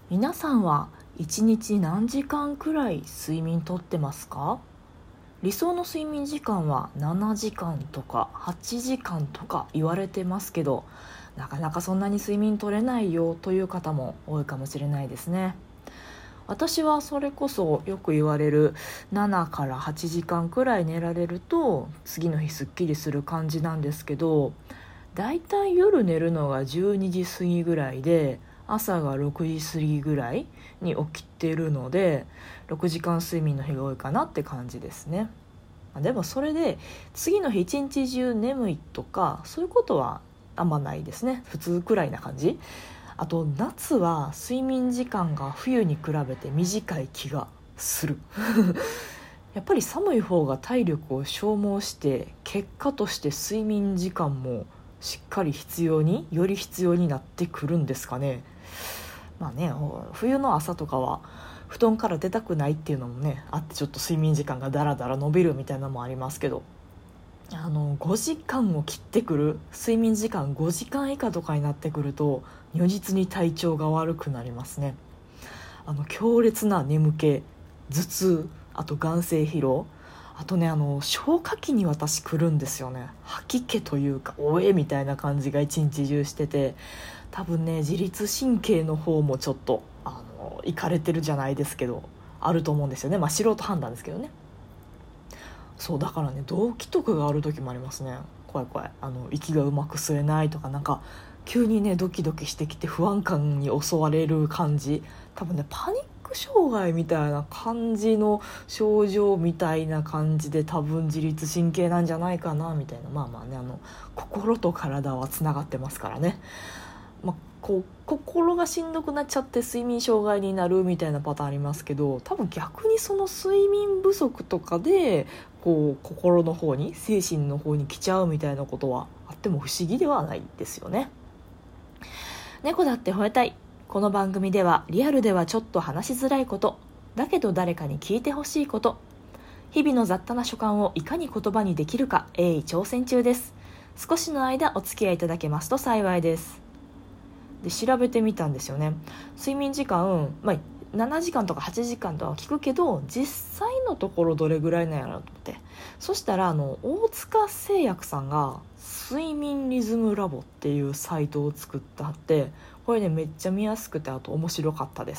皆さんは1日何時間くらい睡眠とってますか？理想の睡眠時間は7時間とか8時間とか言われてますけど、なかなかそんなに睡眠取れないよという方も多いかもしれないですね。私はそれこそよく言われる7から8時間くらい寝られると次の日すっきりする感じなんですけど、だいたい夜寝るのが12時過ぎぐらいで朝が6時過ぎぐらいに起きてるので、6時間睡眠の日が多いかなって感じですね。でもそれで次の日一日中眠いとかそういうことはあんまないですね。普通くらいな感じ。あと夏は睡眠時間が冬に比べて短い気がするやっぱり寒い方が体力を消耗して結果として睡眠時間もしっかりより必要になってくるんですかね。まあね、冬の朝とかは布団から出たくないっていうのもねあって、ちょっと睡眠時間がだらだら伸びるみたいなのもありますけど、5時間を切ってくる睡眠時間5時間以下とかになってくると如実に体調が悪くなりますね。強烈な眠気、頭痛、あと眼性疲労、あとね消化器に私来るんですよね。吐き気というかおえみたいな感じが一日中してて、多分ね自律神経の方もちょっといかれてるじゃないですけどあると思うんですよね。まあ素人判断ですけどね。そうだからね、動悸とかがある時もありますね。怖い怖い。息がうまく吸えないとか、なんか急にねドキドキしてきて不安感に襲われる感じ、多分ねパニック障害みたいな感じの症状みたいな感じで、多分自律神経なんじゃないかなみたいな。まあまあね、心と体はつながってますからね。こう心がしんどくなっちゃって睡眠障害になるみたいなパターンありますけど、多分逆にその睡眠不足とかでこう心の方に精神の方に来ちゃうみたいなことはあっても不思議ではないですよね。猫だって吠えたい。この番組ではリアルではちょっと話しづらいことだけど誰かに聞いてほしいこと、日々の雑多な所感をいかに言葉にできるか鋭意挑戦中です。少しの間お付き合いいただけますと幸いです。で調べてみたんですよね。睡眠時間、7時間とか8時間とは聞くけど実際のところどれぐらいなんやろうと思って、そしたら大塚製薬さんが睡眠リズムラボっていうサイトを作ってあって、これねめっちゃ見やすくて、あと面白かったです。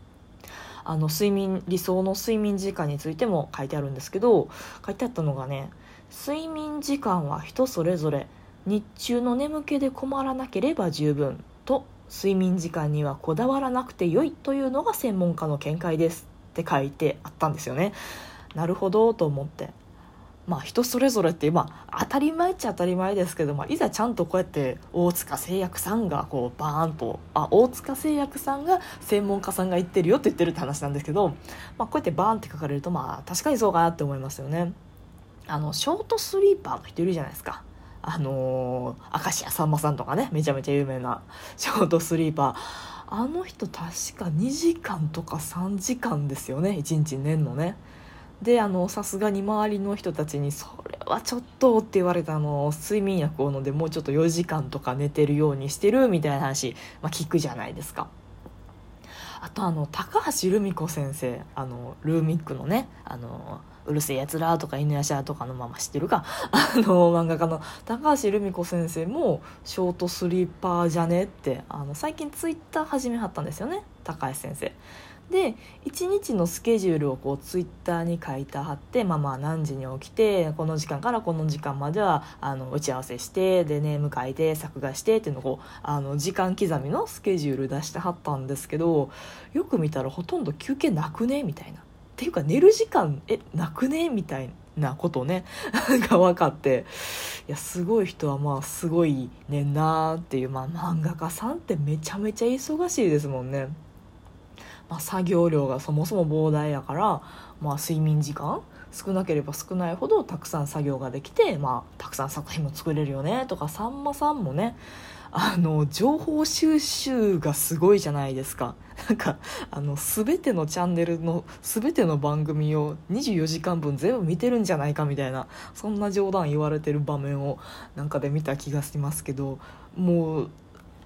理想の睡眠時間についても書いてあるんですけど、書いてあったのがね、睡眠時間は人それぞれ、日中の眠気で困らなければ十分と、睡眠時間にはこだわらなくて良いというのが専門家の見解ですって書いてあったんですよね。なるほどと思って、人それぞれって、当たり前っちゃ当たり前ですけど、いざちゃんとこうやって大塚製薬さんがこうバーンと大塚製薬さんが専門家さんが言ってるよって言ってるって話なんですけど、こうやってバーンって書かれると確かにそうかなって思いますよね。ショートスリーパーの人いるじゃないですか。明石家さんまさんとかね、めちゃめちゃ有名なショートスリーパー、あの人確か2時間とか3時間ですよね、1日寝んのね。でさすがに周りの人たちにそれはちょっとって言われた睡眠薬を飲んでもうちょっと4時間とか寝てるようにしてるみたいな話、聞くじゃないですか。あと高橋留美子先生、ルーミックのね、うるせえやつらとか犬やしゃとかの知ってるか漫画家の高橋留美子先生もショートスリーパーじゃねって最近ツイッター始めはったんですよね、高橋先生で。1日のスケジュールをこうツイッターに書いてはって、何時に起きてこの時間からこの時間までは打ち合わせしてでネーム書いて作画してっていうのをこう時間刻みのスケジュール出してはったんですけど、よく見たらほとんど休憩なくねみたいな、っていうか寝る時間なくねみたいなことねが分かって、いやすごい人はすごいねんなーっていう。漫画家さんってめちゃめちゃ忙しいですもんね。作業量がそもそも膨大やから、睡眠時間少なければ少ないほどたくさん作業ができて、たくさん作品も作れるよねとか、さんまさんもね情報収集がすごいじゃないですか。なんか全てのチャンネルの全ての番組を24時間分全部見てるんじゃないかみたいな、そんな冗談言われてる場面をなんかで見た気がしますけど、もう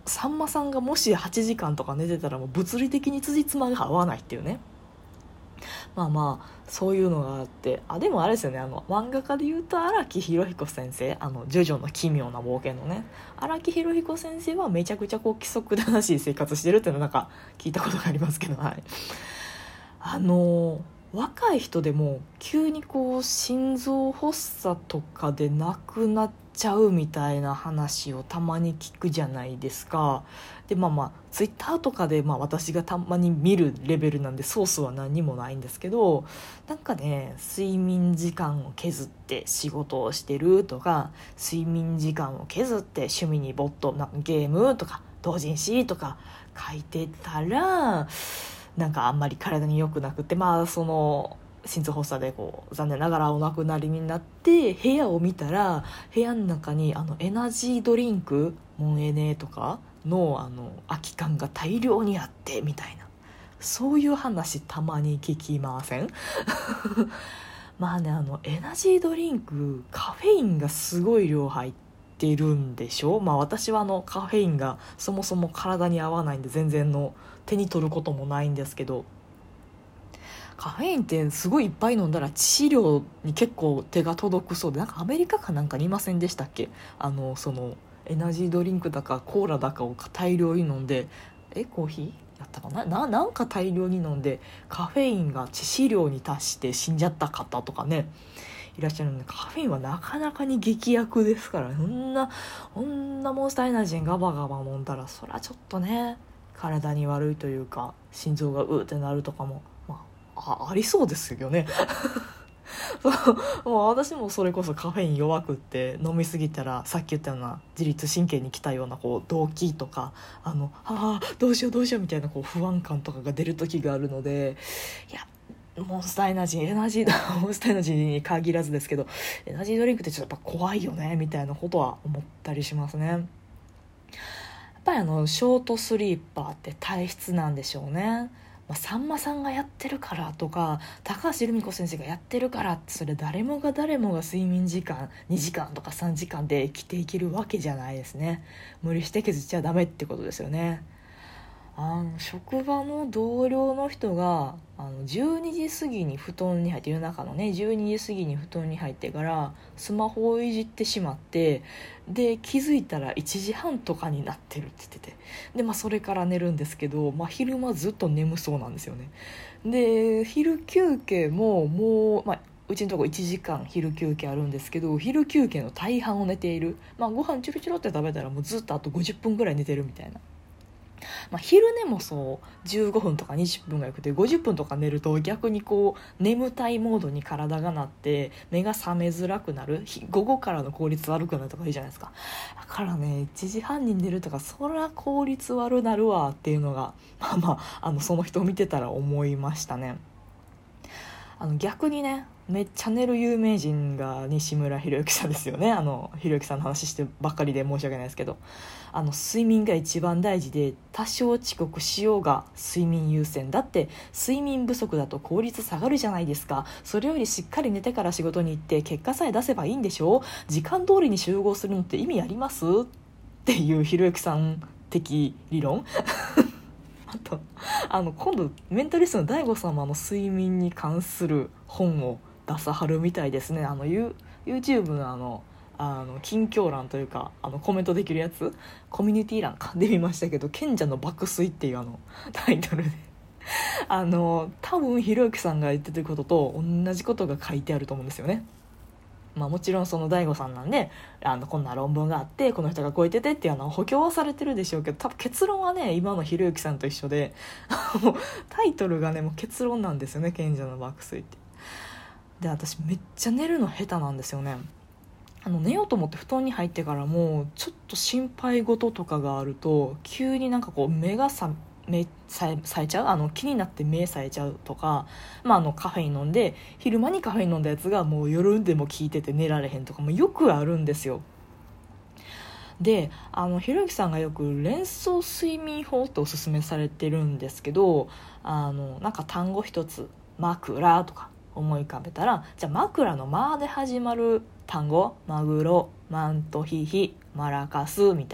さんまさんがもし8時間とか寝てたらもう物理的に辻褄が合わないっていうね。そういうのがあって、でもあれですよね、漫画家でいうと荒木博彦先生、ジョジョの奇妙な冒険のね、荒木博彦先生はめちゃくちゃ規則正しい生活してるっていうのなんか聞いたことがありますけど、はい。若い人でも急に心臓発作とかで亡くなっちゃうみたいな話をたまに聞くじゃないですか。でツイッターとかで私がたまに見るレベルなんでソースは何にもないんですけど、なんかね、睡眠時間を削って仕事をしてるとか、睡眠時間を削って趣味に没頭ゲームとか同人誌とか書いてたら、なんかあんまり体に良くなくて、その心臓発作で残念ながらお亡くなりになって、部屋を見たら部屋の中にエナジードリンクモンエネとかの空き缶が大量にあってみたいな、そういう話たまに聞きません？エナジードリンクカフェインがすごい量入ってるんでしょ。私はカフェインがそもそも体に合わないんで全然手に取ることもないんですけど、カフェインってすごいいっぱい飲んだら致死量に結構手が届くそうで、なんかアメリカかなんかにいませんでしたっけ、そのエナジードリンクだかコーラだかを大量に飲んで、コーヒーやったかなんか大量に飲んでカフェインが致死量に達して死んじゃった方とかね、いらっしゃるので、カフェインはなかなかに劇薬ですから、こんなモンスターエナジーガバガバ飲んだらそりゃちょっとね、体に悪いというか心臓がうってなるとかも、ありそうですよね。もう私もそれこそカフェイン弱くって飲みすぎたら、さっき言ったような自律神経に来たような動悸とかどうしようみたいな不安感とかが出る時があるので、いやモンスターエナジーモンスターエナジーに限らずですけど、エナジードリンクってちょっとやっぱ怖いよねみたいなことは思ったりしますね。やっぱりショートスリーパーって体質なんでしょうね。さんまさんがやってるからとか高橋留美子先生がやってるからって、それ誰もが睡眠時間2時間とか3時間で生きていけるわけじゃないですね。無理して削っちゃダメってことですよね。職場の同僚の人が12時過ぎに布団に入って、夜中のね12時過ぎに布団に入ってからスマホをいじってしまって、で気づいたら1時半とかになってるって言ってて、でそれから寝るんですけど、昼間ずっと眠そうなんですよね。で昼休憩ももう、うちのとこ1時間昼休憩あるんですけど、昼休憩の大半を寝ている。ご飯チュルチュルって食べたらもうずっとあと50分ぐらい寝てるみたいな。昼寝もそう15分とか20分がよくて、50分とか寝ると逆に眠たいモードに体がなって目が覚めづらくなる、午後からの効率悪くなるとかいいじゃないですか。だからね、1時半に寝るとかそりゃ効率悪なるわっていうのがその人を見てたら思いましたね。逆にね、めっちゃ寝る有名人が西村博之さんですよね。博之さんの話してばっかりで申し訳ないですけど、睡眠が一番大事で、多少遅刻しようが睡眠優先だって。睡眠不足だと効率下がるじゃないですか。それよりしっかり寝てから仕事に行って結果さえ出せばいいんでしょ。時間通りに集合するのって意味ありますっていう博之さん的理論。あと今度メンタリストの DAIGO 様の睡眠に関する本を出さはるみたいですね。YouTube の近況欄というかコメントできるやつ、コミュニティ欄かで見ましたけど、賢者の爆睡っていうタイトルで多分ひろゆきさんが言ってることと同じことが書いてあると思うんですよね。もちろんその DAIGO さんなんでこんな論文があってこの人がこう言っててっていう補強はされてるでしょうけど、多分結論はね今のひろゆきさんと一緒でタイトルがねもう結論なんですよね、賢者の爆睡って。で私めっちゃ寝るの下手なんですよね。寝ようと思って布団に入ってからもちょっと心配事とかがあると急になんか目が目さえちゃう、気になって目さえちゃうとか、カフェイン飲んで昼間にカフェイン飲んだやつがもう夜でも効いてて寝られへんとかもよくあるんですよ。でひろゆきさんがよく連想睡眠法っておすすめされてるんですけど、なんか単語一つ枕とか思い浮かべたら、じゃあ枕の間で始まる単語、マグロ、マントヒヒ、マラカスみたいな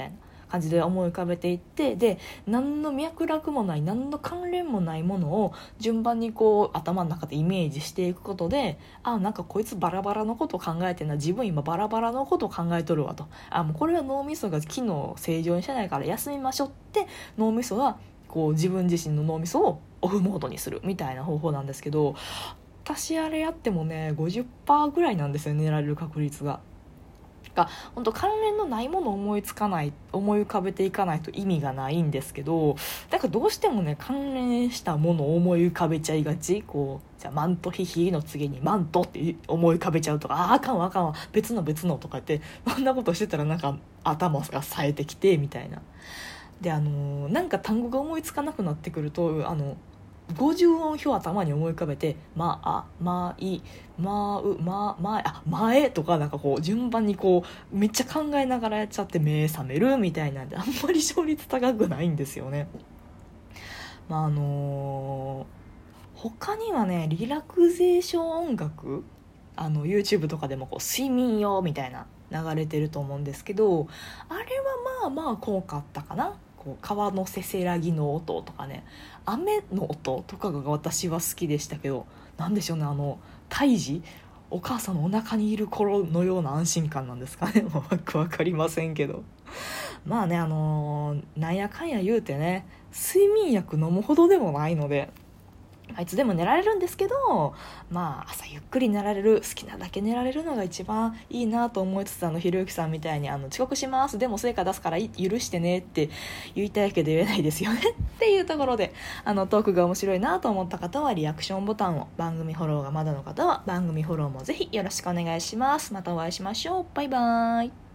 感じで思い浮かべていって、で何の脈絡もない何の関連もないものを順番にこう頭の中でイメージしていくことで、なんかこいつバラバラのことを考えてんな、自分今バラバラのことを考えとるわと、もうこれは脳みそが機能正常にしてないから休みましょうって脳みそはこう自分自身の脳みそをオフモードにするみたいな方法なんですけど、私あれやってもね 50% ぐらいなんですよ、寝られる確率が。本当関連のないものを思い浮かべていかないと意味がないんですけど、だからどうしてもね関連したものを思い浮かべちゃいがち。こうじゃあマントヒヒの次にマントって思い浮かべちゃうとか、あかんあかん別のとか言ってそんなことしてたらなんか頭が冴えてきてみたいな。でなんか単語が思いつかなくなってくると50音表頭に思い浮かべて前とかなんかこう順番にこうめっちゃ考えながらやっちゃって目覚めるみたいなんで、あんまり勝率高くないんですよね。他にはねリラクゼーション音楽YouTube とかでもこう睡眠用みたいな流れてると思うんですけど、あれはまあ効果あったかな。こう川のせせらぎの音とかね、雨の音とかが私は好きでしたけど、なんでしょうね、胎児お母さんのお腹にいる頃のような安心感なんですかねもう分かりませんけど、まあねなんやかんや言うてね睡眠薬飲むほどでもないのでいつでも寝られるんですけど、朝ゆっくり寝られる、好きなだけ寝られるのが一番いいなと思いつつ、ひろゆきさんみたいに遅刻しますでも成果出すから許してねって言いたいけど言えないですよねっていうところで、トークが面白いなと思った方はリアクションボタンを、番組フォローがまだの方は番組フォローもぜひよろしくお願いします。またお会いしましょう。バイバーイ。